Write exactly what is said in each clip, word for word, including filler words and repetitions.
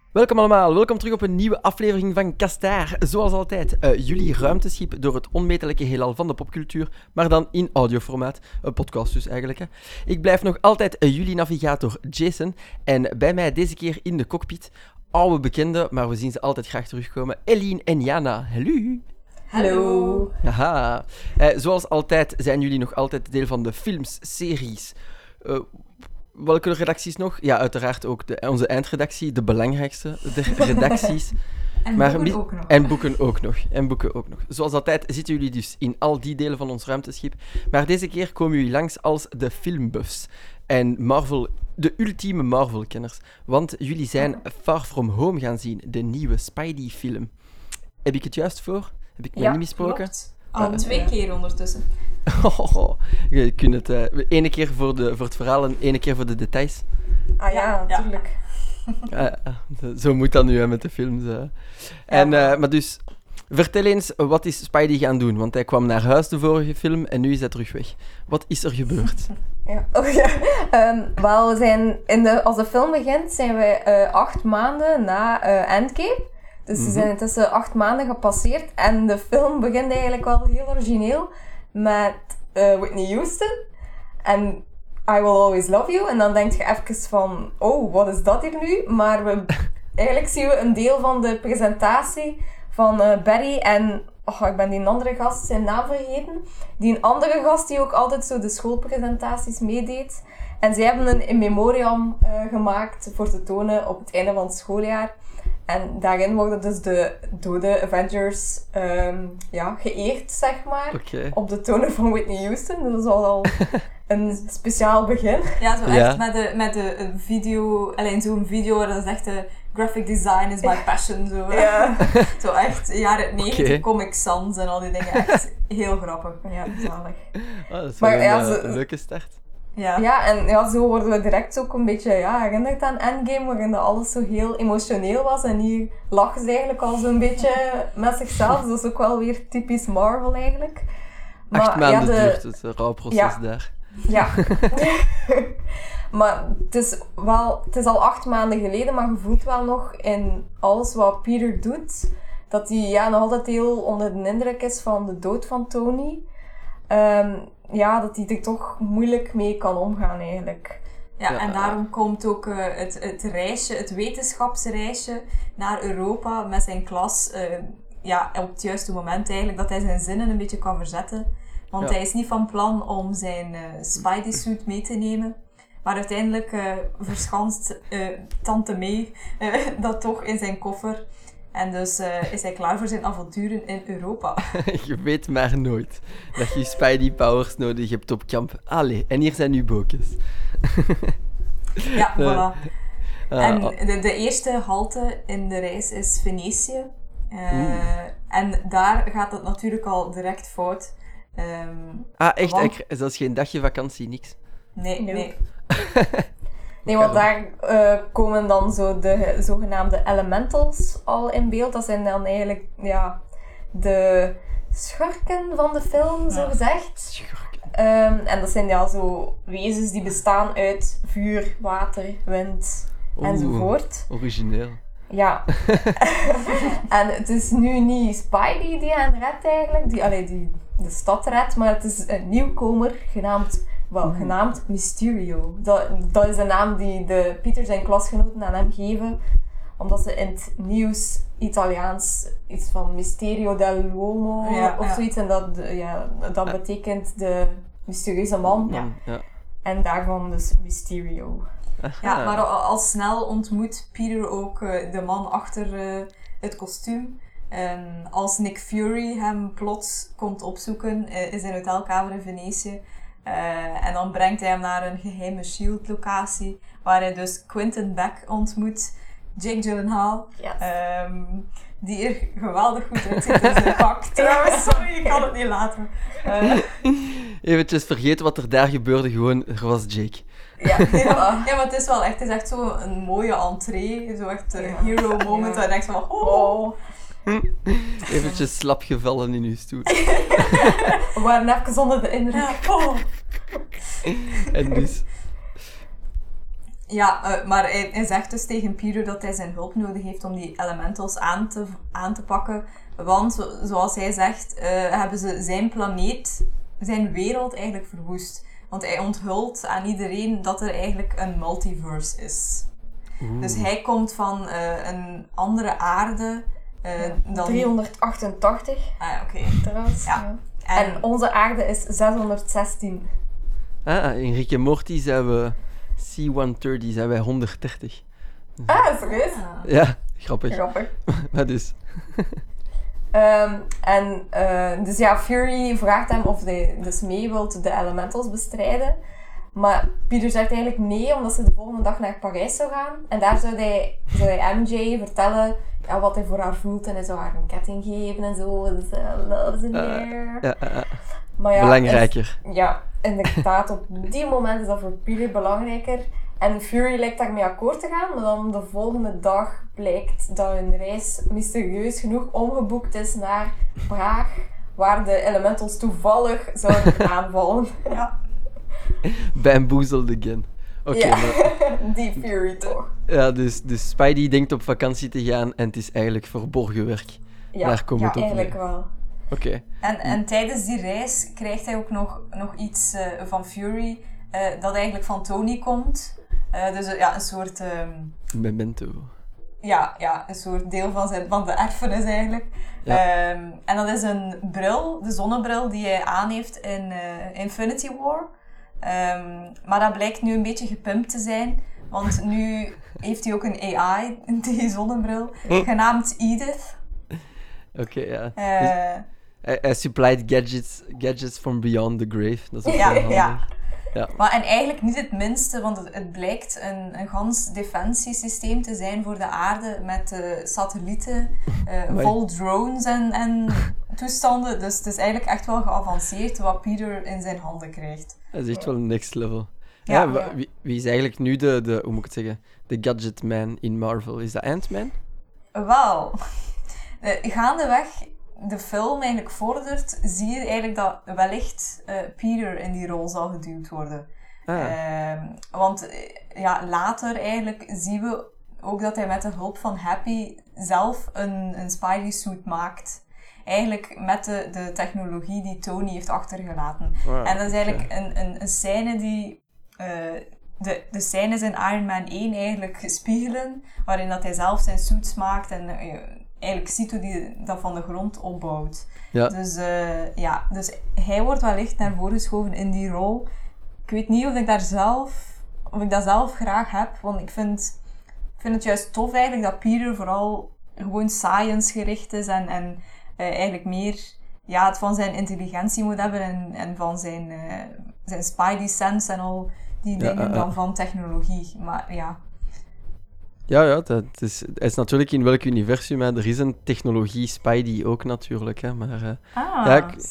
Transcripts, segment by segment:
Welkom allemaal, welkom terug op een nieuwe aflevering van Kastaar. Zoals altijd, uh, jullie ruimteschip door het onmetelijke heelal van de popcultuur, maar dan in audioformaat. Een podcast dus eigenlijk. Hè. Ik blijf nog altijd uh, jullie navigator Jason en bij mij deze keer in de cockpit, oude bekenden, maar we zien ze altijd graag terugkomen, Eline en Jana. Hallo. Hallo. Haha. Uh, zoals altijd zijn jullie nog altijd deel van de films, series... Uh, Welke redacties nog? Ja, uiteraard ook de, onze eindredactie, de belangrijkste der redacties. en maar, boeken ook nog. En boeken ook nog. En boeken ook nog. Zoals altijd zitten jullie dus in al die delen van ons ruimteschip. Maar deze keer komen jullie langs als de filmbuffs. En Marvel, de ultieme Marvel-kenners. Want jullie zijn Far From Home gaan zien, de nieuwe Spidey-film. Heb ik het juist voor? Heb ik me ja, niet misproken? Klopt. Al uh, twee keer ondertussen. Oh, je kunt het uh, ene keer voor, de, voor het verhaal en ene keer voor de details. Ah ja, natuurlijk. Ja. Uh, zo moet dat nu hè, met de films. Uh. En, uh, maar dus, vertel eens, wat is Spidey gaan doen? Want hij kwam naar huis de vorige film en nu is hij terug weg. Wat is er gebeurd? Ja, oh ja. Um, wel, we zijn in de, als de film begint, zijn we uh, acht maanden na uh, Endgame. Dus mm-hmm. we zijn intussen acht maanden gepasseerd. En de film begint eigenlijk wel heel origineel met uh, Whitney Houston. En I Will Always Love You. En dan denk je even van, oh, wat is dat hier nu? Maar we, eigenlijk zien we een deel van de presentatie van uh, Barry en... Oh, ik ben die andere gast zijn naam vergeten. Die een andere gast die ook altijd zo de schoolpresentaties meedeed. En zij hebben een in memoriam uh, gemaakt voor te tonen op het einde van het schooljaar. En daarin worden dus de dode Avengers um, ja, geëerd, zeg maar. Okay. Op de tonen van Whitney Houston. Dus dat was al een speciaal begin. Ja, zo echt ja. met de, met de video... Alleen zo'n video waar dat is echt... De graphic design is my passion. Zo, ja. Zo echt jaren negentig okay. Comic Sans en al die dingen. Echt heel grappig. Ja, zalig. Oh, dat is maar, wel ja, een, zo, een leuke start. Ja. ja, en ja, zo worden we direct ook een beetje ja, herinnerd aan Endgame, waarin dat alles zo heel emotioneel was. En hier lachen ze eigenlijk al zo'n beetje met zichzelf. Dus dat is ook wel weer typisch Marvel eigenlijk. Maar, Acht maanden ja, de... duurt het rouwproces ja. daar. Ja. Maar het is, wel, het is al acht maanden geleden, maar je voelt wel nog in alles wat Peter doet, dat hij ja, nog altijd heel onder de indruk is van de dood van Tony. Um, ja, dat hij er toch moeilijk mee kan omgaan eigenlijk. Ja, ja, en daarom komt ook uh, het, het reisje, het wetenschapsreisje naar Europa met zijn klas, uh, ja, op het juiste moment eigenlijk, dat hij zijn zinnen een beetje kan verzetten. Want ja. hij is niet van plan om zijn uh, Spidey-suit mee te nemen. Maar uiteindelijk uh, verschanst uh, tante May uh, dat toch in zijn koffer. En dus uh, is hij klaar voor zijn avonturen in Europa. Je weet maar nooit dat je Spidey powers nodig hebt op kamp. Allee, en hier zijn uw boekjes. Ja, voilà. Uh, en de, de eerste halte in de reis is Venetië. Uh, mm. En daar gaat het natuurlijk al direct fout. Um, ah, echt? want... Ik, dat is geen dagje vakantie, niks? Nee, nee. nee. Nee, want daar uh, komen dan zo de zogenaamde elementals al in beeld. Dat zijn dan eigenlijk ja, de schurken van de film, zo gezegd. Schurken. Um, en dat zijn ja zo wezens die bestaan uit vuur, water, wind Oeh, enzovoort. Origineel. Ja. En het is nu niet Spidey die hen redt eigenlijk, die, allee, die de stad redt, maar het is een nieuwkomer genaamd... Wel, mm. genaamd Mysterio. Dat, dat is de naam die de Peter zijn klasgenoten aan hem geven. Omdat ze in het nieuws Italiaans iets van Mysterio dell'uomo ja, of ja. zoiets. En dat, ja, dat ja. betekent de mysterieuze man. Ja. Ja. En daarvan dus Mysterio. Aha. Ja, maar al snel ontmoet Peter ook uh, de man achter uh, het kostuum. En als Nick Fury hem plots komt opzoeken uh, in zijn hotelkamer in Venetië. Uh, en dan brengt hij hem naar een geheime S H I E L D-locatie, waar hij dus Quentin Beck ontmoet, Jake Gyllenhaal, yes. um, die er geweldig goed uitziet in zijn pak. Trouwens, sorry, ik kan het niet laten. Uh, Eventjes vergeten wat er daar gebeurde, gewoon, er was Jake. Ja, ja, ja, maar het is wel echt, het is echt zo een mooie entree, zo echt een ja. hero moment, ja. waar je denkt van, oh, oh. Eventjes slap gevallen in uw stoel. We waren even onder de indruk. Oh. En dus? Ja, uh, maar hij, hij zegt dus tegen Peter dat hij zijn hulp nodig heeft om die elementals aan te, aan te pakken. Want, zo, zoals hij zegt, uh, hebben ze zijn planeet, zijn wereld eigenlijk verwoest. Want hij onthult aan iedereen dat er eigenlijk een multiverse is. Oeh. Dus hij komt van uh, een andere aarde uh, ja, dan... driehonderdachtentachtig. Ah ja, oké. Okay. Trouwens, ja. ja. En... en onze aarde is zeshonderdzestien. Ah, in Rick en Morty zijn we C honderddertig, zijn wij honderddertig. Ah, serieus? Ja, grappig. Grappig. Maar dus... Um, en uh, dus ja, Fury vraagt hem of hij dus mee wilt de elementals bestrijden. Maar Peter zegt eigenlijk nee, omdat ze de volgende dag naar Parijs zou gaan. En daar zou hij, zou hij M J vertellen ja, wat hij voor haar voelt. En hij zou haar een ketting geven en zo. Dus uh, love is in there. Uh, uh, uh. Maar ja, belangrijker. Is, ja, inderdaad, op die moment is dat voor Peter belangrijker. En Fury lijkt daarmee akkoord te gaan, maar dan de volgende dag blijkt dat hun reis mysterieus genoeg omgeboekt is naar Praag, waar de elementals toevallig zouden aanvallen. Ja. Bamboozled again. Oké, okay, ja, maar... die Fury toch. Ja, dus, dus Spidey denkt op vakantie te gaan en het is eigenlijk verborgen werk. Ja, Daar komt ja het op eigenlijk neer. wel. Oké. Okay. En, en tijdens die reis krijgt hij ook nog, nog iets uh, van Fury uh, dat eigenlijk van Tony komt. Uh, dus uh, ja, een soort... Um, Memento. Ja, ja, een soort deel van, zijn, van de erfenis eigenlijk. Ja. Um, en dat is een bril, de zonnebril die hij aan heeft in uh, Infinity War. Um, maar dat blijkt nu een beetje gepimpt te zijn. Want nu heeft hij ook een A I, die zonnebril, genaamd Edith. Oké, okay, ja. Uh, dus, hij, hij supplied gadgets, gadgets from beyond the grave. Dat is ook ja, heel handig. Ja. Ja. Maar en eigenlijk niet het minste, want het, het blijkt een, een gans defensiesysteem te zijn voor de aarde met uh, satellieten, uh, vol drones en, en toestanden. Dus het is eigenlijk echt wel geavanceerd wat Peter in zijn handen krijgt. Dat is echt wel next level. Ja, ja, ja. Wie, wie is eigenlijk nu de, de, hoe moet ik het zeggen, de gadget man in Marvel? Is dat Ant-Man? Wel, uh, gaandeweg de film eigenlijk vordert, zie je eigenlijk dat wellicht uh, Peter in die rol zal geduwd worden. Ah. Uh, want uh, ja, later eigenlijk zien we ook dat hij met de hulp van Happy zelf een, een Spidey-suit maakt. Eigenlijk met de, de technologie die Tony heeft achtergelaten. Wow, en dat is eigenlijk okay. een, een, een scène die... Uh, de, de scènes in Iron Man één eigenlijk spiegelen, waarin dat hij zelf zijn suits maakt en... Uh, eigenlijk ziet hoe hij dat van de grond opbouwt. Ja. Dus, uh, ja, dus hij wordt wellicht naar voren geschoven in die rol. Ik weet niet of ik, daar zelf, of ik dat zelf graag heb, want ik vind, vind het juist tof eigenlijk dat Peter vooral gewoon science gericht is en, en uh, eigenlijk meer ja, het van zijn intelligentie moet hebben en, en van zijn, uh, zijn Spidey sense en al die dingen ja, uh, uh. dan van technologie. Maar ja... Ja, ja dat is, het is natuurlijk in welk universum. Hè. Er is een technologie Spidey ook natuurlijk. Hè, maar, uh, ah. Ja, ik,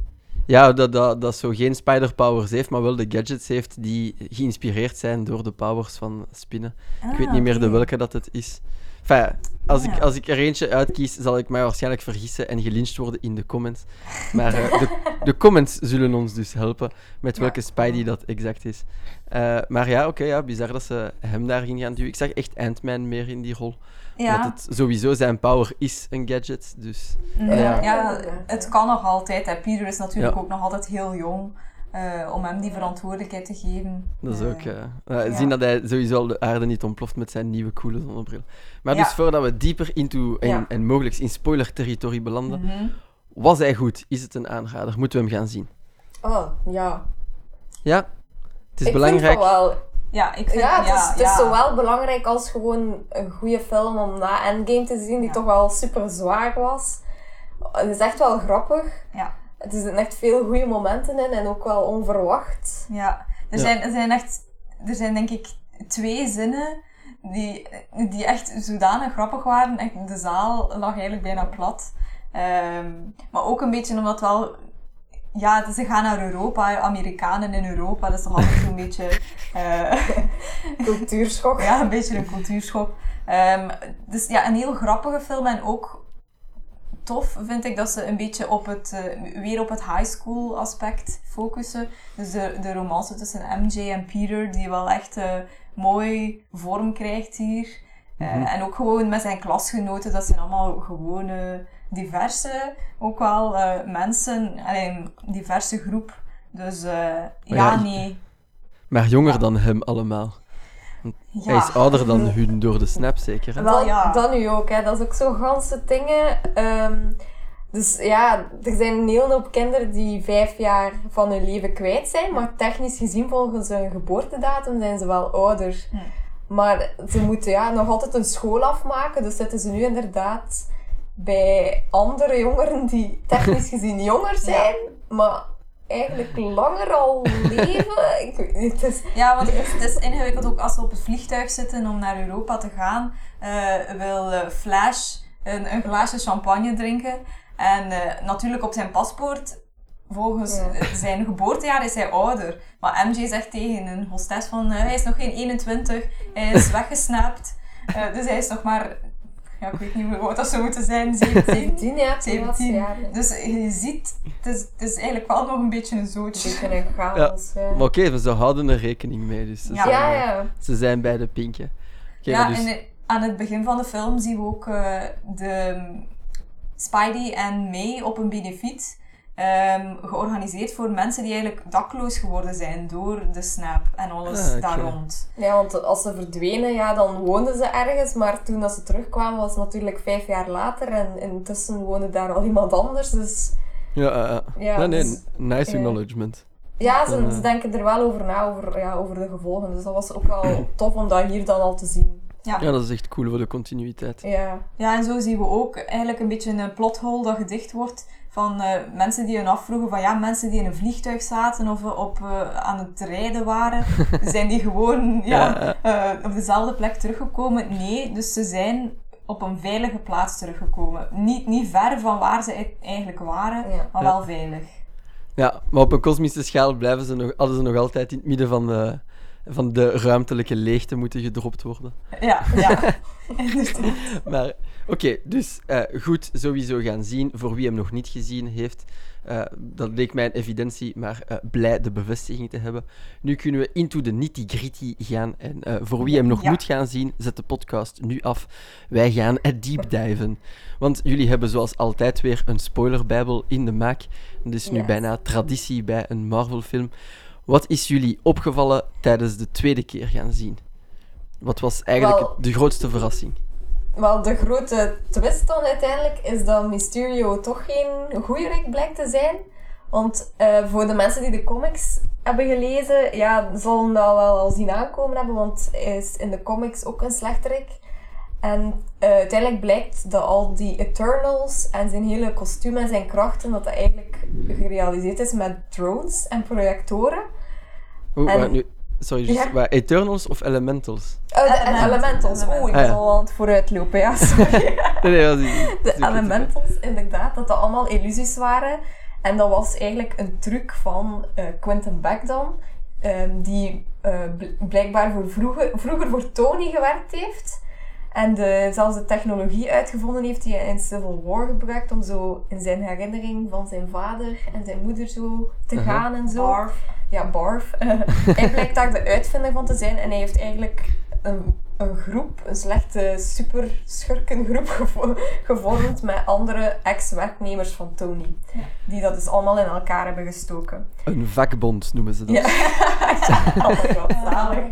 ja dat, dat, dat zo geen spider-powers heeft, maar wel de gadgets heeft die geïnspireerd zijn door de powers van spinnen. Ah, ik weet niet meer okay. de welke dat het is. Enfin, als, ja. ik, als ik er eentje uitkies, zal ik mij waarschijnlijk vergissen en gelyncht worden in de comments. Maar uh, de, de comments zullen ons dus helpen met welke ja. Spidey dat exact is. Uh, maar ja, oké, okay, ja, bizar dat ze hem daarin gaan duwen. Ik zag echt Ant-Man meer in die rol. Ja. Want het sowieso zijn power is een gadget, dus... Ja, ja. ja het kan nog altijd. Hè. Peter is natuurlijk ja. ook nog altijd heel jong. Uh, om hem die verantwoordelijkheid te geven. Dat is ook... Uh, uh, ja. Zien dat hij sowieso al de aarde niet ontploft met zijn nieuwe coole zonnebril. Maar dus ja. voordat we dieper into en, ja. en mogelijk in spoiler-territorie belanden, mm-hmm. was hij goed? Is het een aanrader? Moeten we hem gaan zien? Oh, ja. Ja? Het is ik belangrijk... Vind wel... Ja, ik vind... Ja, het is, ja, het is ja. zowel belangrijk als gewoon een goede film om na Endgame te zien, die ja. toch wel super zwaar was. Het is echt wel grappig. Ja. Er zitten echt veel goede momenten in en ook wel onverwacht. Ja, er, ja. Zijn, er zijn echt, er zijn denk ik twee zinnen die, die echt zodanig grappig waren. Echt, de zaal lag eigenlijk bijna plat. Um, maar ook een beetje omdat wel, ja, ze gaan naar Europa, Amerikanen in Europa, dat is toch altijd zo'n beetje... Uh, cultuurschok. Ja, een beetje een cultuurschok. Um, dus ja, een heel grappige film en ook... tof, vind ik, dat ze een beetje op het, uh, weer op het high school aspect focussen. Dus de, de romance tussen M J en Peter, die wel echt uh, mooi vorm krijgt hier. Uh, mm-hmm. En ook gewoon met zijn klasgenoten, dat zijn allemaal gewone, diverse, ook wel uh, mensen, een diverse groep. Dus uh, ja, ja, nee. Maar jonger ja. dan hem allemaal. Ja. Hij is ouder dan hun door de snap, zeker. Hè? Wel, ja. Dat nu ook, hè. Dat is ook zo'n ganse dingen. Um, dus ja, er zijn een hele hoop kinderen die vijf jaar van hun leven kwijt zijn, maar technisch gezien volgens hun geboortedatum zijn ze wel ouder. Hm. Maar ze moeten ja, nog altijd een school afmaken, dus zitten ze nu inderdaad bij andere jongeren die technisch gezien jonger zijn, ja. maar eigenlijk langer al leven. Ik weet niet, het is... Ja, want het is, het is ingewikkeld ook als we op het vliegtuig zitten om naar Europa te gaan. Uh, wil uh, Flash een, een glaasje champagne drinken. En uh, natuurlijk op zijn paspoort, volgens ja. zijn geboortejaar, is hij ouder. Maar M J zegt tegen een hostess van, uh, hij is nog geen eenentwintig, hij is weggesnapt. Uh, dus hij is nog maar... Ja, ik weet niet hoe oud dat zou moeten zijn. zeventien, ja. zeventien. Ja. Dus je ziet, het is, het is eigenlijk wel nog een beetje een zootje. Een beetje een chaos, ja. Ja. Maar oké, okay, ze houden er rekening mee. Dus ja. Ze, ja, ja. ze zijn bij de pinkje. Okay, ja, dus... en aan het begin van de film zien we ook uh, de Spidey en May op een benefiet. Um, georganiseerd voor mensen die eigenlijk dakloos geworden zijn door de snap en alles ah, okay. daar rond. Ja, want als ze verdwenen, ja, dan woonden ze ergens, maar toen dat ze terugkwamen was het natuurlijk vijf jaar later en intussen woonde daar al iemand anders, dus... Ja, uh, ja nee, nee, dus, nice acknowledgement. Ja, ze, uh, ze denken er wel over na, over, ja, over de gevolgen, dus dat was ook wel tof om dat hier dan al te zien. Ja. ja, dat is echt cool voor de continuïteit. Ja, ja en zo zien we ook eigenlijk een beetje een plothole dat gedicht wordt van uh, mensen die hun afvroegen van ja, mensen die in een vliegtuig zaten of uh, op, uh, aan het rijden waren, zijn die gewoon ja, uh, op dezelfde plek teruggekomen? Nee, dus ze zijn op een veilige plaats teruggekomen. Niet, niet ver van waar ze eigenlijk waren, ja. maar wel ja. veilig. Ja, maar op een kosmische schaal blijven ze nog, hadden ze nog altijd in het midden van de... van de ruimtelijke leegte moeten gedropt worden. Ja, ja. Maar oké, okay, dus uh, goed sowieso gaan zien. Voor wie hem nog niet gezien heeft, uh, dat leek mij een evidentie, maar uh, blij de bevestiging te hebben. Nu kunnen we into the nitty-gritty gaan. En uh, voor wie hem nog ja. moet gaan zien, zet de podcast nu af. Wij gaan het deep diven. Want jullie hebben zoals altijd weer een spoilerbijbel in de maak. Dat is nu yes. bijna traditie bij een Marvel-film. Wat is jullie opgevallen tijdens de tweede keer gaan zien? Wat was eigenlijk well, de grootste verrassing? Wel, de grote twist dan uiteindelijk is dat Mysterio toch geen goeierik blijkt te zijn. Want uh, voor de mensen die de comics hebben gelezen, ja, zullen dat wel al zien aankomen hebben, want hij is in de comics ook een slechterik. En uh, uiteindelijk blijkt dat al die Eternals en zijn hele kostuum en zijn krachten, dat dat eigenlijk gerealiseerd is met drones en projectoren. Oeh, en, nu, sorry, just, ja. wat, Eternals of Elementals? Uh, de Elementals. Elementals. Oeh, ik ah, ja. zal aan het vooruitlopen, ja, sorry. nee, nee, die, de Elementals, inderdaad, dat dat allemaal illusies waren. En dat was eigenlijk een truc van uh, Quentin Beck dan, um, die uh, bl- blijkbaar voor vroeger, vroeger voor Tony gewerkt heeft. En de, zelfs de technologie uitgevonden heeft die hij in Civil War gebruikt om zo in zijn herinnering van zijn vader en zijn moeder zo te uh-huh. gaan en zo. Barf. Ja, Barf. Uh, hij blijkt daar de uitvinder van te zijn en hij heeft eigenlijk een, een groep, een slechte superschurkengroep gevo- gevormd met andere ex-werknemers van Tony. Ja. Die dat dus allemaal in elkaar hebben gestoken. Een vakbond noemen ze dat. Ja, ja altijd wel zalig.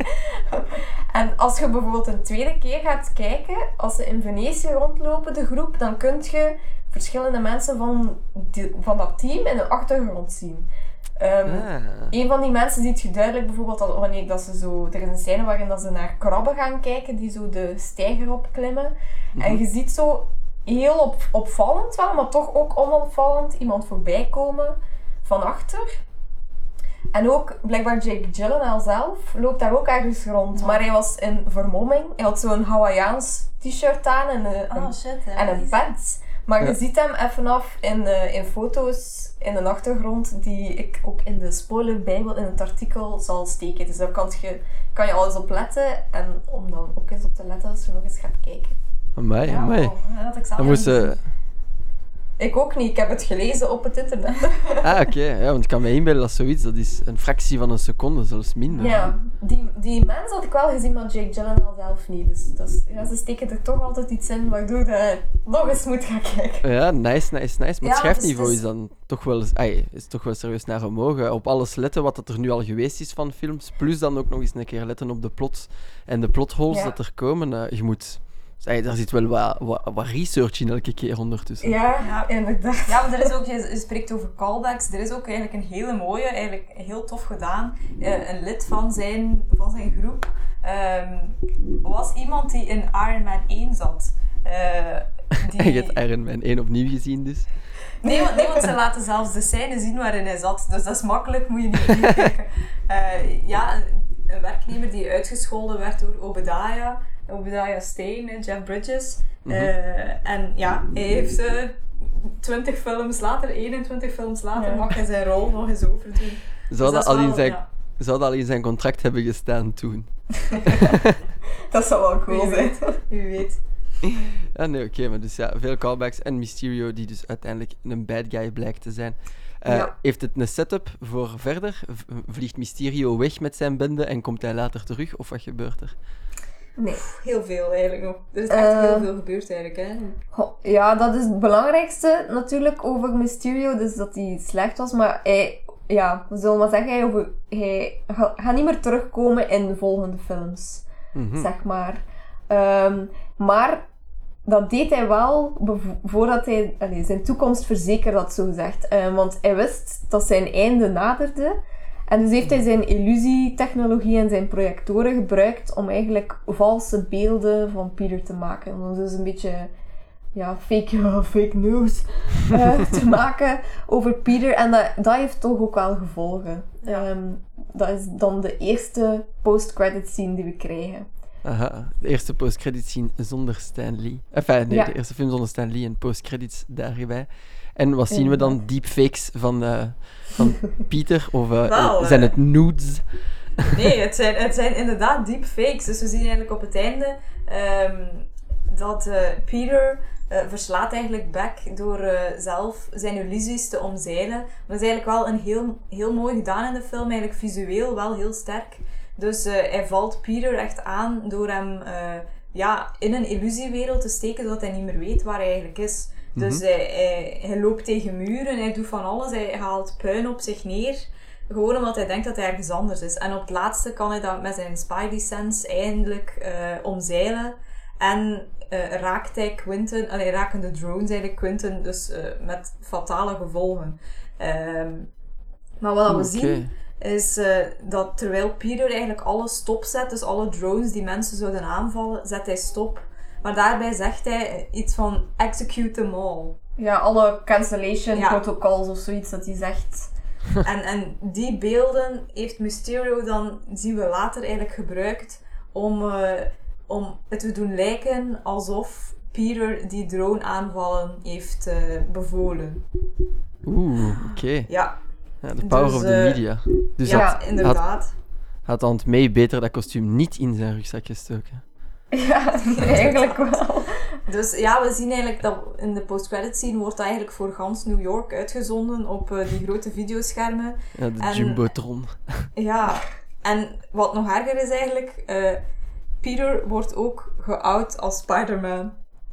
En als je bijvoorbeeld een tweede keer gaat kijken, als ze in Venetië rondlopen, de groep, dan kun je verschillende mensen van, die, van dat team in de achtergrond zien. Um, ah. Een van die mensen ziet je duidelijk bijvoorbeeld dat wanneer dat ze zo... Er is een scène waarin dat ze naar krabben gaan kijken die zo de steiger opklimmen. Mm-hmm. En je ziet zo heel op, opvallend wel, maar toch ook onopvallend iemand voorbij komen van achter. En ook, blijkbaar Jake Gyllenhaal zelf loopt daar ook ergens rond. Ja. Maar hij was in vermomming. Hij had zo'n Hawaiiaans t-shirt aan en een, oh, shit, en een pet. Maar ja. je ziet hem even af in, uh, in foto's in de achtergrond die ik ook in de spoilerbijbel in het artikel zal steken. Dus daar kan je, kan je alles op letten. En om dan ook eens op te letten als je nog eens gaat kijken. Amai, ja, amai. Oh, dat had ik zelf dan moest, uh, Ik ook niet. Ik heb het gelezen op het internet. Ah, oké. Ja, want ik kan me inbeelden dat zoiets, dat is een fractie van een seconde, zelfs minder. Ja, die, die mens had ik wel gezien, maar Jake Gyllenhaal zelf niet. Dus dat is, ja, ze steken er toch altijd iets in waardoor je nog eens moet gaan kijken. Ja, nice, nice, nice. Maar Ja, het schrijfniveau dus- is dan toch wel, eens- ai, is toch wel serieus naar omhoog. Op alles letten wat dat er nu al geweest is van films. Plus dan ook nog eens een keer letten op de plot en de plotholes Ja. dat er komen. Uh, je moet... Dus, ai, daar zit wel wat, wat, wat research in elke keer ondertussen. Ja, Ja. inderdaad. Ja, maar er is ook, je je spreekt over callbacks. Er is ook eigenlijk een hele mooie, eigenlijk heel tof gedaan. Uh, een lid van zijn, van zijn groep um, was iemand die in Iron Man één zat. Uh, die... En je hebt Iron Man één opnieuw gezien, dus. Nee, want, nee, want ze laten zelfs de scène zien waarin hij zat. Dus dat is makkelijk, moet je niet opnieuw kijken. Uh, ja, een, een werknemer die uitgescholden werd door Obadiah. Obadiah Stane, Jeff Bridges. Mm-hmm. Uh, en ja, hij heeft uh, twintig films later, eenentwintig films later, Ja. mag hij zijn rol nog eens overdoen. Dus Zou dat, is al in wel- zijn, ja. zou dat al in zijn contract hebben gestaan toen? Dat zou wel cool Wie zijn. weet. Wie weet. Ja, nee, oké, maar dus ja, veel callbacks. En Mysterio, die dus uiteindelijk een bad guy blijkt te zijn. Uh, Ja. Heeft het een setup voor verder? V- vliegt Mysterio weg met zijn bende en komt hij later terug? Of wat gebeurt er? Nee. Heel veel eigenlijk nog. Er is echt Uh, heel veel gebeurd eigenlijk. Hè. Goh, ja, dat is het belangrijkste natuurlijk over Mysterio, dus dat hij slecht was. Maar hij, ja, we zullen maar zeggen, hij, over, hij ga- gaat niet meer terugkomen in de volgende films, Mhm. zeg maar. Um, maar dat deed hij wel bev- voordat hij allee, zijn toekomst verzekerd had, zo gezegd. Um, want hij wist dat zijn einde naderde. En dus heeft hij zijn illusietechnologie en zijn projectoren gebruikt om eigenlijk valse beelden van Peter te maken. Om dus een beetje ja, fake, ja, fake news uh, te maken over Peter. En dat, dat heeft toch ook wel gevolgen. Ja. Um, dat is dan de eerste post-credit scene die we krijgen. Aha, de eerste post-credit scene zonder Stan Lee. Enfin, nee, Ja. de eerste film zonder Stan Lee en post-credits daarbij. En wat zien we dan? Deepfakes van, uh, van Peter? Of uh, Wel, zijn uh, het nudes? Nee, het zijn, het zijn inderdaad deepfakes. Dus we zien eigenlijk op het einde um, dat uh, Peter uh, verslaat eigenlijk Beck door uh, zelf zijn illusies te omzeilen. Maar dat is eigenlijk wel een heel, heel mooi gedaan in de film. Eigenlijk visueel wel heel sterk. Dus uh, hij valt Peter echt aan door hem uh, ja, in een illusiewereld te steken, zodat hij niet meer weet waar hij eigenlijk is. Dus Mhm. hij, hij, hij loopt tegen muren, hij doet van alles, hij haalt puin op zich neer. Gewoon omdat hij denkt dat hij ergens anders is. En op het laatste kan hij dat met zijn Spidey sense eindelijk uh, omzeilen. En uh, raakt hij Quentin, allee, raken de drones eigenlijk Quentin dus uh, met fatale gevolgen. Um, maar wat we Oké. zien is uh, dat terwijl Peter eigenlijk alles stopzet, dus alle drones die mensen zouden aanvallen, zet hij stop. Maar daarbij zegt hij iets van execute them all. Ja, alle cancellation Ja. protocols of zoiets dat hij zegt. En, en die beelden heeft Mysterio dan, zien we later eigenlijk gebruikt om, uh, om het te doen lijken alsof Peter die drone aanvallen heeft uh, bevolen. Oeh, oké. Ja, Ja, de power Dus, of the uh, media. Dus ja, had, had, inderdaad. had Aunt May beter dat kostuum niet in zijn rugzak gestoken? Ja, eigenlijk wel. Dus ja, we zien eigenlijk dat in de post-credit scene wordt dat eigenlijk voor gans New York uitgezonden op uh, die grote videoschermen. Ja, de En- Jumbotron. Ja, en wat nog erger is eigenlijk, uh, Peter wordt ook geout als Spider-Man.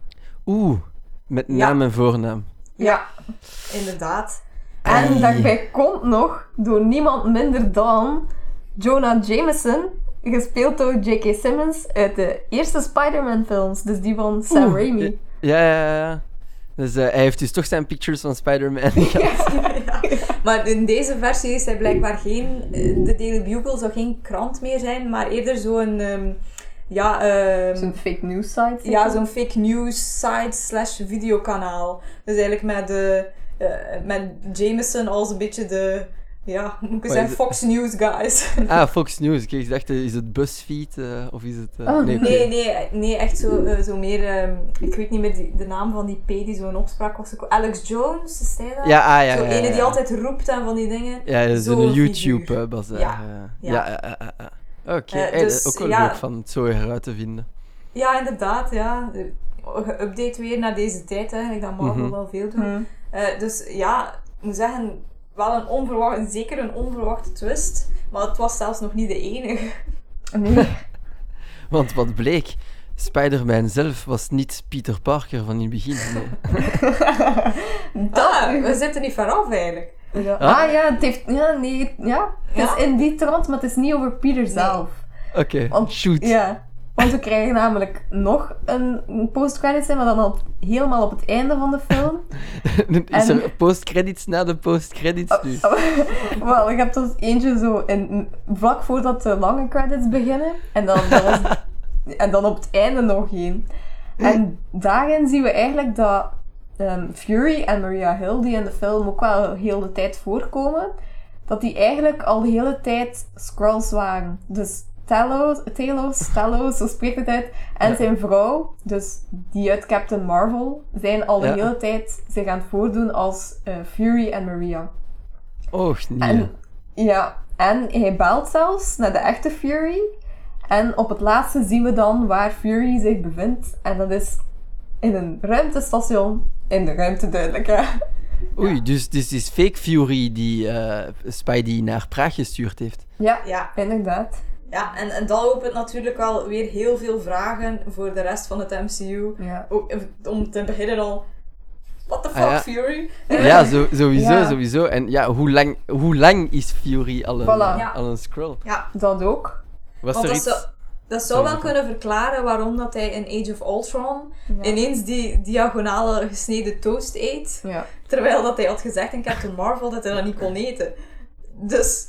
Oeh, met Ja. naam en voornaam. Ja. Inderdaad. En Ai. daarbij komt nog door niemand minder dan Jonah Jameson, gespeeld door J K. Simmons uit de eerste Spider-Man films, dus die van Sam Oeh, Raimi. Ja, ja, ja. Dus uh, hij heeft dus toch zijn pictures van Spider-Man gehad. Ja. Maar in deze versie is hij blijkbaar geen... uh, De Daily Bugle zou geen krant meer zijn, maar eerder zo'n... Um, ja, um, Zo'n fake news site. zeker? ja, zo'n fake news site slash videokanaal. Dus eigenlijk met, de, uh, met Jameson als een beetje de... Ja, moet ik Wat zeggen, is het? Fox News guys. Ah, Fox News. Oké, ik dacht, uh, is het BuzzFeed uh, of is het... Uh, Oh, nee, oké. Nee, nee, nee, echt zo, uh, zo meer... Um, ik weet niet meer die, de naam van die P die zo'n opspraak was. Alex Jones, is hij dat? Ja, ah, ja, Zo ja, ene ja, die ja. altijd roept en van die dingen. Ja, dat is Zo'n een figuur. YouTube-bazaar. Ja, Ja, ja. ja, ja, ja, ja. Oké, Eh, hey, dat dus, is ook wel ja. leuk van het zo heruit te vinden. Ja, inderdaad, ja. geüpdate weer naar deze tijd, hè, like dat Marvel Mhm. wel veel doet. Mhm. Uh, dus ja, ik moet zeggen, wel een onverwachte, zeker een onverwachte twist. Maar het was zelfs nog niet de enige. Nee. Want wat bleek, Spider-Man zelf was niet Peter Parker van in het begin. Nee. Dat... Ah, we zitten niet ver af eigenlijk. Ja. Ah. Ah ja, het heeft... Ja, nee. Ja, het Ja? is in die trant, maar het is niet over Peter zelf. Oké, Want- shoot. Ja. Want we krijgen namelijk nog een een post-credit scene, maar dan op, helemaal op het einde van de film. Is En- er post-credits na de post-credits nu? Wel, ik heb dus eentje zo in, vlak voordat de lange credits beginnen. En dan, dat was, en dan op het einde nog één. En daarin zien we eigenlijk dat um, Fury en Maria Hill, die in de film ook wel heel de tijd voorkomen, dat die eigenlijk al de hele tijd Skrulls waren. Dus Talos, Talos, Talos, zo spreekt het uit, en Ja. zijn vrouw, dus die uit Captain Marvel, zijn al de Ja. hele tijd zich aan het voordoen als uh, Fury en Maria. Och, nee. En, ja, en hij belt zelfs naar de echte Fury. En op het laatste zien we dan waar Fury zich bevindt. En dat is in een ruimtestation in de ruimte, duidelijk, ja. Oei, dus, dus het is fake Fury die uh, Spidey naar Praag gestuurd heeft. Ja, Ja, inderdaad. ja en, en dat opent natuurlijk wel weer heel veel vragen voor de rest van het M C U. Ja. Ook, eh, om te beginnen al, what the fuck, Ah, ja. Fury? Ja, zo, sowieso, Ja. sowieso. En ja, hoe lang, hoe lang is Fury al een, Voilà. Ja. al een Skrull? Ja, Dat ook. Was want er dat iets... zou, dat zou wel Sorry. kunnen verklaren waarom dat hij in Age of Ultron Ja. ineens die diagonale gesneden toast eet. Ja. Terwijl dat hij had gezegd in Captain Marvel dat hij dat niet kon eten. Dus,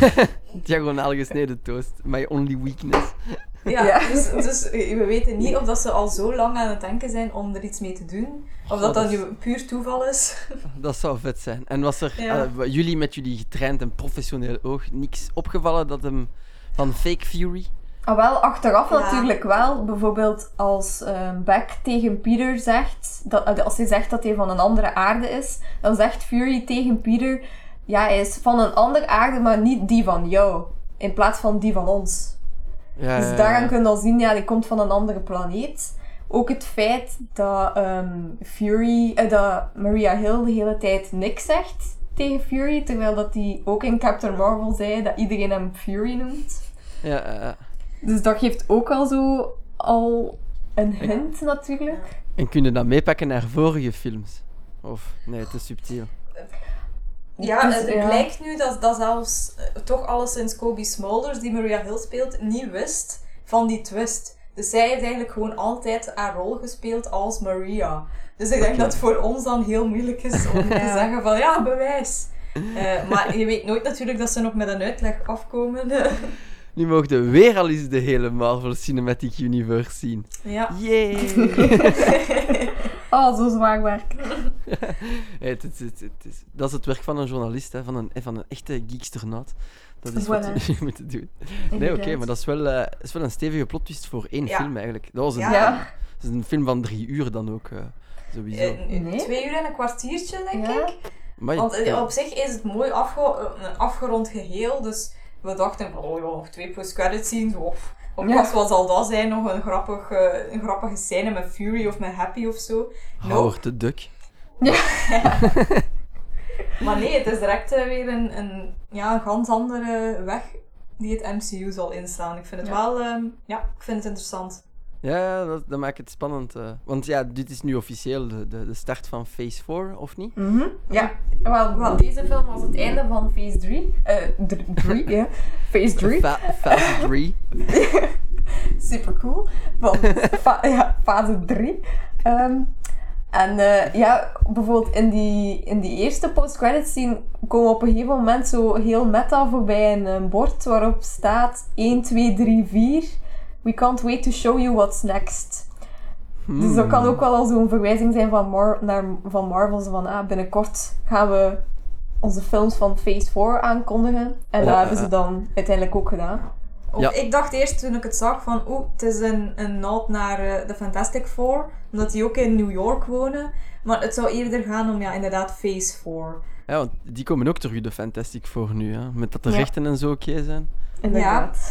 Diagonaal gesneden toast. My only weakness. ja, Ja. Dus, dus we weten niet of dat ze al zo lang aan het denken zijn om er iets mee te doen. Of dat Oh, dat dat is- nu puur toeval is. Dat zou vet zijn. En was er Ja. eh, jullie met jullie getraind en professioneel oog niks opgevallen dat hem van fake Fury? Ah, wel, achteraf Ja. natuurlijk wel. Bijvoorbeeld als um, Beck tegen Peter zegt, dat, als hij zegt dat hij van een andere aarde is, dan zegt Fury tegen Peter, ja, hij is van een andere aarde, maar niet die van jou. In plaats van die van ons. Ja, Dus ja, daaraan ja. kun je al zien, ja, die komt van een andere planeet. Ook het feit dat um, Fury, eh, dat Maria Hill de hele tijd niks zegt tegen Fury, terwijl dat hij ook in Captain Marvel zei dat iedereen hem Fury noemt. Ja, ja, ja. Dus dat geeft ook al zo al een hint natuurlijk. En kun je dat meepakken naar vorige films? Of, nee, te subtiel. Ja, Dus, het, het ja. blijkt nu dat, dat zelfs eh, toch alleszins Kobe Smulders, die Maria Hill speelt, niet wist van die twist. Dus zij heeft eigenlijk gewoon altijd haar rol gespeeld als Maria. Dus ik denk Oké. dat het voor ons dan heel moeilijk is om te Ja. zeggen van ja, bewijs. Eh, maar je weet nooit natuurlijk dat ze nog met een uitleg afkomen. Nu mogen we weer al eens de hele Marvel Cinematic Universe zien. ja. Yay! Oh, zo zwaar werk. Hey, het, het, het, het is, dat is het werk van een journalist, hè, van, een, van een echte geeksternaut. Dat is wat Voilà. je moet doen. Nee, oké, maar dat is, wel, uh, is wel een stevige plotwist voor één Ja. film eigenlijk. Dat was een, Ja. Ja. dat is een film van drie uur dan ook, uh, sowieso. Eh, Nee. Twee uur en een kwartiertje, denk Ja. ik. Maar, Want eh, ja. op zich is het mooi afge een afgerond geheel, dus we dachten van, oh ja, nog twee post-credit scenes, of op Ja. wat wat zal dat zijn, nog een, grappig, eh, een grappige scène met Fury of met Happy of zo. Howard the Duck. Maar nee, het is direct eh, weer een, een, ja, een ganz andere weg die het M C U zal inslaan. Ik vind het Ja. wel, ehm, ja, ik vind het interessant. Ja, dat, dat maakt het spannend. uh. Want ja, dit is nu officieel de, de, de start van Phase vier, of niet? Mhm. Ja, wel, wel, deze film was het einde van Phase drie. Eh, drie, ja. Phase drie. Fa- Phase drie. Super cool. Van fa- ja, fase drie. Um, en uh, ja, bijvoorbeeld in die, in die eerste post-credits scene komen we op een gegeven moment zo heel meta voorbij een, een bord waarop staat één, twee, drie, vier. We can't wait to show you what's next. Hmm. Dus dat kan ook wel al zo'n verwijzing zijn van, Mar- naar, van Marvel. Zo van, ah, binnenkort gaan we onze films van Phase vier aankondigen. En dat Ja, hebben ja. ze dan uiteindelijk ook gedaan. Of Ja. Ik dacht eerst toen ik het zag van, oeh, het is een, een nod naar uh, de Fantastic Four, omdat die ook in New York wonen. Maar het zou eerder gaan om, ja, inderdaad, Phase vier. Ja, want die komen ook terug, de Fantastic Four nu, hè? Met dat de Ja. rechten en zo oké zijn. Inderdaad.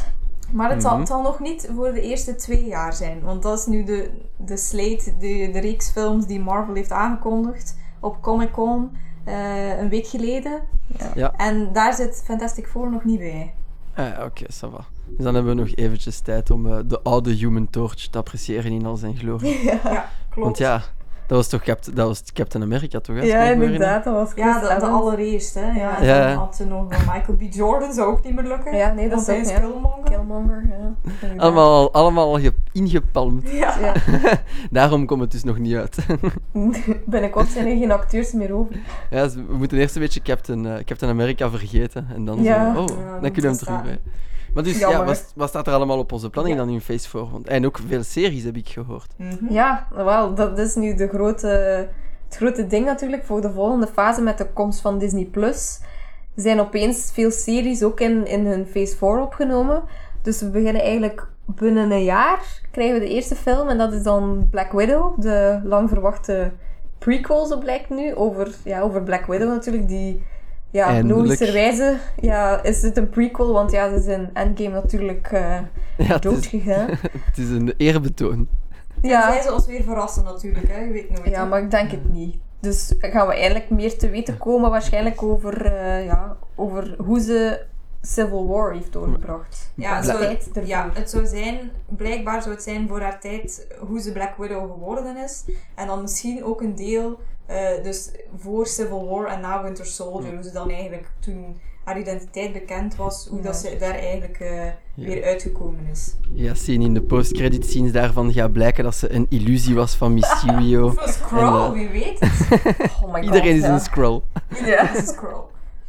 Maar het zal, Mhm. het zal nog niet voor de eerste twee jaar zijn. Want dat is nu de, de slate, de, de reeks films die Marvel heeft aangekondigd op Comic-Con uh, een week geleden. Ja. Ja. En daar zit Fantastic Four nog niet bij. Ah, Oké, okay, ça va. Dus dan hebben we nog eventjes tijd om uh, de oude Human Torch te appreciëren in al zijn glorie. Ja, Ja, klopt. Want ja, dat was toch Capt- dat was Captain America, toch? Hè? Als ik ja me goed inderdaad. Dat was Ja, Chris de, de Evans. allereerste. Hè. Ja, en Ja. dan had ze nog Michael B. Jordan, zou ook niet meer lukken. Ja, nee, dat want is hij ook, is ja. Killmonger. Killmonger, ja. Inderdaad. Allemaal, allemaal al ge- ingepalmd. Ja. Ja. Daarom komt het dus nog niet uit. Binnenkort zijn er geen acteurs meer over. Ja, dus we moeten eerst een beetje Captain, uh, Captain America vergeten. En dan Ja. zo, oh, Ja, dan dat kunnen we hem is terug waar. bij. Maar dus, ja, Jammer. wat, wat staat er allemaal op onze planning Ja. dan in Phase four? Want, en ook veel series heb ik gehoord. Mhm. Ja, wel, dat is nu de grote, het grote ding natuurlijk voor de volgende fase met de komst van Disney plus. Er zijn opeens veel series ook in, in hun Phase four opgenomen. Dus we beginnen eigenlijk binnen een jaar, krijgen we de eerste film. En dat is dan Black Widow, de lang verwachte prequel, zo blijkt nu. Over, ja, over Black Widow natuurlijk, die... Ja, Eindelijk. logischerwijze ja, is het een prequel, want ja, ze is in Endgame natuurlijk uh, Ja, het is, doodgegaan. het is een eerbetoon. Ja. Zij ze ons weer verrassen natuurlijk, hè. Je weet nooit. Ja, hè. maar ik denk het niet. Dus gaan we eindelijk meer te weten komen waarschijnlijk over, uh, ja, over hoe ze Civil War heeft doorgebracht. Ja, het De zou, tijd ervoor. ja, het zou zijn, blijkbaar zou het zijn voor haar tijd hoe ze Black Widow geworden is. En dan misschien ook een deel, uh, dus voor Civil War en na Winter Soldier, hoe ze dan eigenlijk toen haar identiteit bekend was, hoe Ja. dat ze daar eigenlijk uh, Ja. weer uitgekomen is. Ja, zien in de post-credit scenes daarvan gaat blijken dat ze een illusie was van Mysterio. Of een Skrull, En, uh, wie weet het. Oh my god. Iedereen is ja. een Skrull. Ja. Dat is een Skrull.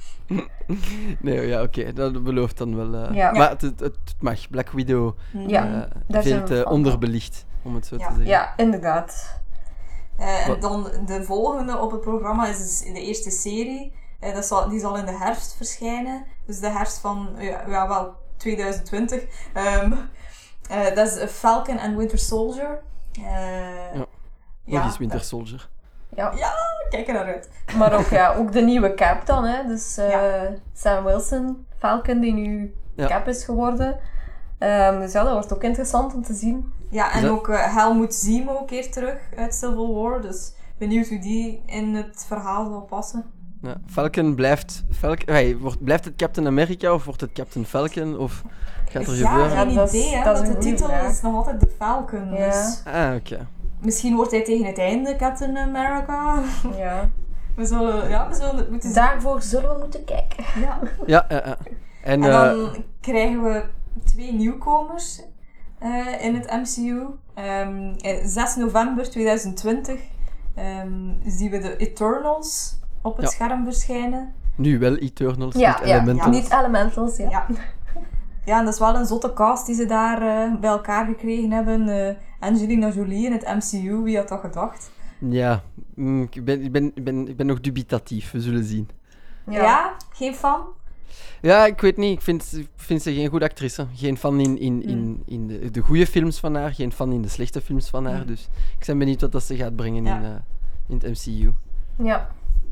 Nee, ja, oké, okay, dat belooft dan wel. Uh, Ja. Maar het, het, het mag. Black Widow, Ja, uh, daar zijn veel we te van. onderbelicht, om het zo Ja. te zeggen. Ja, inderdaad. Uh, en Wat? dan de volgende op het programma is dus de eerste serie. Uh, dat zal, die zal in de herfst verschijnen. Dus de herfst van, ja, ja wel, twintig twintig. Um, uh, dat is Falcon and Winter Soldier. Uh, Ja. ja, Nog eens Winter dat- Soldier. Ja. Kijk er naar uit. Maar ook, ja, ook de nieuwe Cap dan, hè. Dus uh, Ja. Sam Wilson, Falcon, die nu Ja. Cap is geworden. Um, dus ja, dat wordt ook interessant om te zien. Ja, en Is dat- ook uh, Helmut Zemo keert terug uit Civil War. Dus benieuwd hoe die in het verhaal zal passen. Ja. Falcon blijft... Falcon, hey, wordt, blijft het Captain America of wordt het Captain Falcon? Of gaat er ja, gebeuren? geen Ja, dat is- idee, hè. dat is Want een de goede titel vraag. is nog altijd de Falcon. Ja. Dus Ah, oké. misschien wordt hij tegen het einde Captain America. Ja. We zullen, ja, we zullen het moeten zien. Daarvoor zullen we moeten kijken. Ja. Ja, ja, ja. En, En eh, dan krijgen we twee nieuwkomers uh, in het M C U. Um, zes november tweeduizend twintig um, zien we de Eternals op het Ja. scherm verschijnen. nu wel Eternals, Ja, niet ja, Elementals. niet Elementals, ja. Ja. Ja, en dat is wel een zotte cast die ze daar uh, bij elkaar gekregen hebben. Uh, Angelina Jolie in het M C U, wie had dat gedacht? Ja, mm, ik, ben, ik, ben, ik, ben, ik ben nog dubitatief, we zullen zien. Ja, geen fan? Ja, ik weet niet, ik vind, ik vind ze geen goede actrice. Geen fan in, in, in, in de, de goede films van haar, geen fan in de slechte films van haar. Mm. Dus ik ben benieuwd wat dat ze gaat brengen Ja. in, uh, in het M C U. Ja.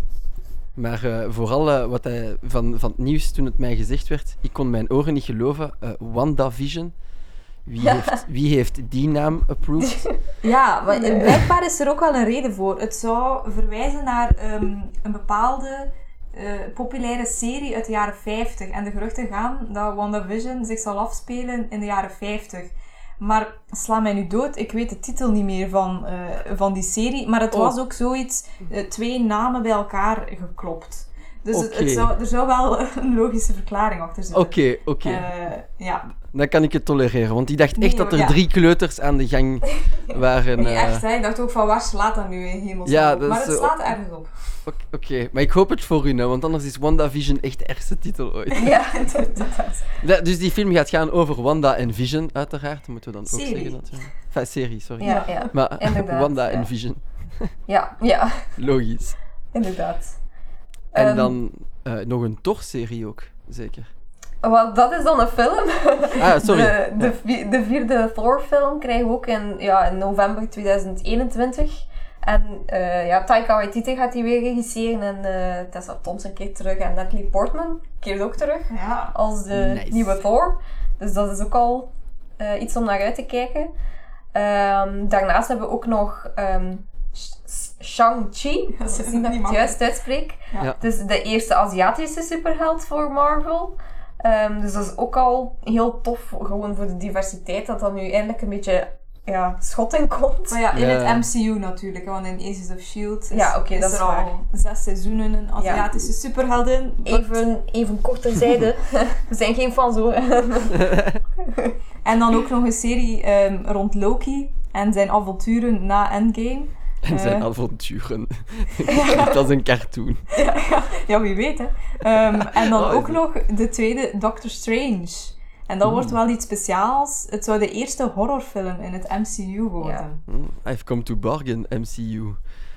Maar uh, vooral uh, wat hij van, van het nieuws toen het mij gezegd werd, ik kon mijn oren niet geloven. Uh, WandaVision. Wie heeft, wie heeft die naam approved? Ja, maar blijkbaar is er ook wel een reden voor. Het zou verwijzen naar um, een bepaalde uh, populaire serie uit de jaren vijftig. En de geruchten gaan dat WandaVision zich zal afspelen in de jaren vijftig. Maar sla mij nu dood, ik weet de titel niet meer van, uh, van die serie. Maar het Oh. was ook zoiets, uh, twee namen bij elkaar geklopt. Dus het, Oké. het zou, er zou wel een logische verklaring achter zitten. Oké, oké. Uh, ja, Dan kan ik het tolereren. Want ik dacht Nee, echt dat er ja. drie kleuters aan de gang waren. niet eh, echt hè. Ik dacht ook van waar slaat dat nu in hemelsnaam Ja, op? dat Maar is het zo- slaat ergens op. Oké, oké. Maar ik hoop het voor u, nou, want anders is WandaVision echt de ergste titel ooit. Ja, inderdaad. Ja, dus die film gaat gaan over Wanda en Vision, uiteraard. Dat moeten we dan ook Serie. zeggen, natuurlijk. Enfin, serie, sorry. Ja, ja. Maar inderdaad, Wanda ja. en Vision, Ja, ja, logisch. inderdaad. En Ehm, dan eh, nog een Thor-serie ook, zeker. Wel, dat is dan een film. Ah, sorry. De, de, vi- de vierde Thor-film krijgen we ook in, ja, in november tweeduizend eenentwintig. En uh, ja, Taika Waititi gaat die weer regisseren en uh, Tessa Thompson keert terug en Natalie Portman keert ook terug Ja. als de Nice. nieuwe Thor. Dus dat is ook al uh, iets om naar uit te kijken. Um, daarnaast hebben we ook nog um, Shang-Chi. Als je ziet dat ik het juist uitspreek. Ja. Ja. Het is de eerste Aziatische superheld voor Marvel. Um, dus dat is ook al heel tof, gewoon voor de diversiteit, dat dat nu eindelijk een beetje ja, schot in komt. Maar ja, in Ja. het M C U natuurlijk, want in Agents of S H I E L D is, Ja, oké, is dat is er waar. al zes seizoenen een Aziatische superheldin. Even, even kort terzijde. We zijn geen fans hoor. En dan ook nog een serie um, rond Loki en zijn avonturen na Endgame. En zijn Uh, avonturen. Klinkt als een cartoon. ja, ja, ja, wie weet hè. Um, en dan Oh, ook is- nog de tweede Doctor Strange. En dat wordt wel iets speciaals. Het zou de eerste horrorfilm in het M C U worden. Mm, I've come to bargain, M C U.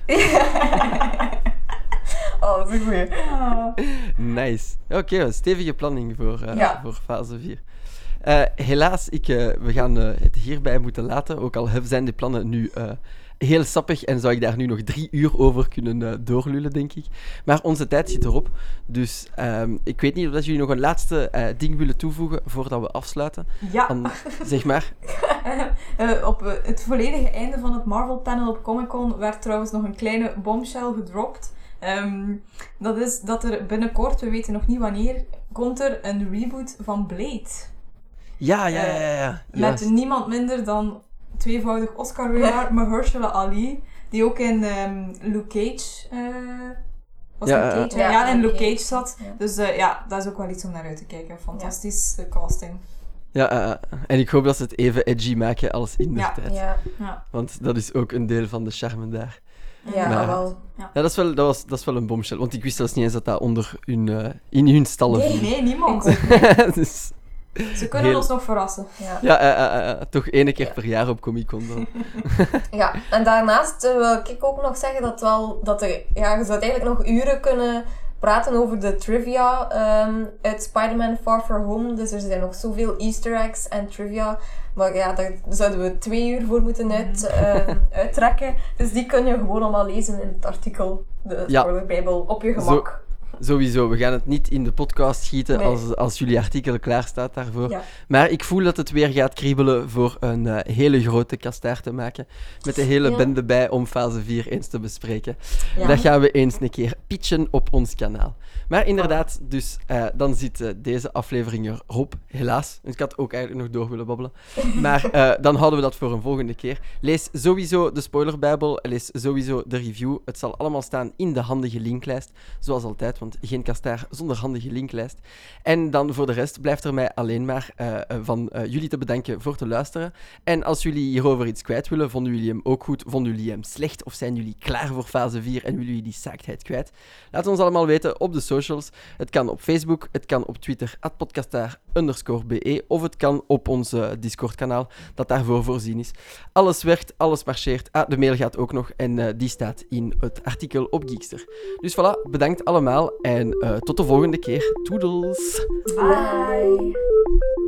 Oh, dat is een goeie. Ah. Nice. Oké, een stevige planning voor, uh, Ja. voor fase vier. Uh, helaas, ik, uh, we gaan uh, het hierbij moeten laten. Ook al zijn de plannen nu uh, heel sappig en zou ik daar nu nog drie uur over kunnen uh, doorlullen, denk ik. Maar onze tijd zit erop. Dus um, ik weet niet of dat jullie nog een laatste uh, ding willen toevoegen voordat we afsluiten. Ja. Dan, zeg maar. Uh, op uh, het volledige einde van het Marvel panel op Comic Con werd trouwens nog een kleine bombshell gedropt. Um, dat is dat er binnenkort, we weten nog niet wanneer, komt er een reboot van Blade. Ja, ja, ja, ja. ja. Met Juist. niemand minder dan tweevoudig Oscar-winnaar Mahershala Ali, die ook in um, Luke Cage, uh, was Ja, Luke uh, Cage? ja, Ja, in Luke Luke Cage. Cage zat. Ja. Dus uh, ja, dat is ook wel iets om naar uit te kijken. Fantastische casting. Ja, uh, en ik hoop dat ze het even edgy maken als in de Ja. tijd. Ja, Ja. Want dat is ook een deel van de charme daar. ja Maar- wel. Ja, dat is wel, dat was, dat is wel een bombshell. Want ik wist zelfs niet eens dat dat onder hun, uh, in hun stallen Nee, viel. Nee, niemand. dus, Ze kunnen Heel- ons nog verrassen. Ja. ja, uh, uh, uh, toch ene keer Ja. per jaar op Comic Con dan. Ja, en daarnaast uh, wil ik ook nog zeggen dat, wel, dat er, ja, je zou eigenlijk nog uren kunnen praten over de trivia um, uit Spider-Man Far From Home. Dus er zijn nog zoveel easter eggs en trivia. Maar ja, daar zouden we twee uur voor moeten uit, um, uittrekken. Dus die kun je gewoon allemaal lezen in het artikel, de Ja. Spoilerbijbel, op je gemak. Sowieso, we gaan het niet in de podcast schieten Nee. als, als jullie artikel klaar staat daarvoor. Ja. Maar ik voel dat het weer gaat kriebelen voor een uh, hele grote kastaar te maken. Met de hele Ja. bende bij om fase vier eens te bespreken. Ja. Dat gaan we eens een keer pitchen op ons kanaal. Maar inderdaad, dus uh, dan zit uh, deze aflevering erop, helaas. Dus ik had ook eigenlijk nog door willen babbelen. Maar uh, dan houden we dat voor een volgende keer. Lees sowieso de spoilerbijbel, lees sowieso de review. Het zal allemaal staan in de handige linklijst, zoals altijd, want geen kastaar zonder handige linklijst. En dan voor de rest blijft er mij alleen maar uh, van uh, jullie te bedanken voor te luisteren. En als jullie hierover iets kwijt willen, vonden jullie hem ook goed, vonden jullie hem slecht, of zijn jullie klaar voor fase vier en willen jullie die saaktheid kwijt? Laat ons allemaal weten op de socials. Het kan op Facebook, het kan op Twitter, at podcastaar underscore be, of het kan op ons uh, Discord-kanaal, dat daarvoor voorzien is. Alles werkt, alles marcheert. Ah, de mail gaat ook nog en uh, die staat in het artikel op Geekster. Dus voilà, bedankt allemaal en uh, tot de volgende keer. Toedels! Bye.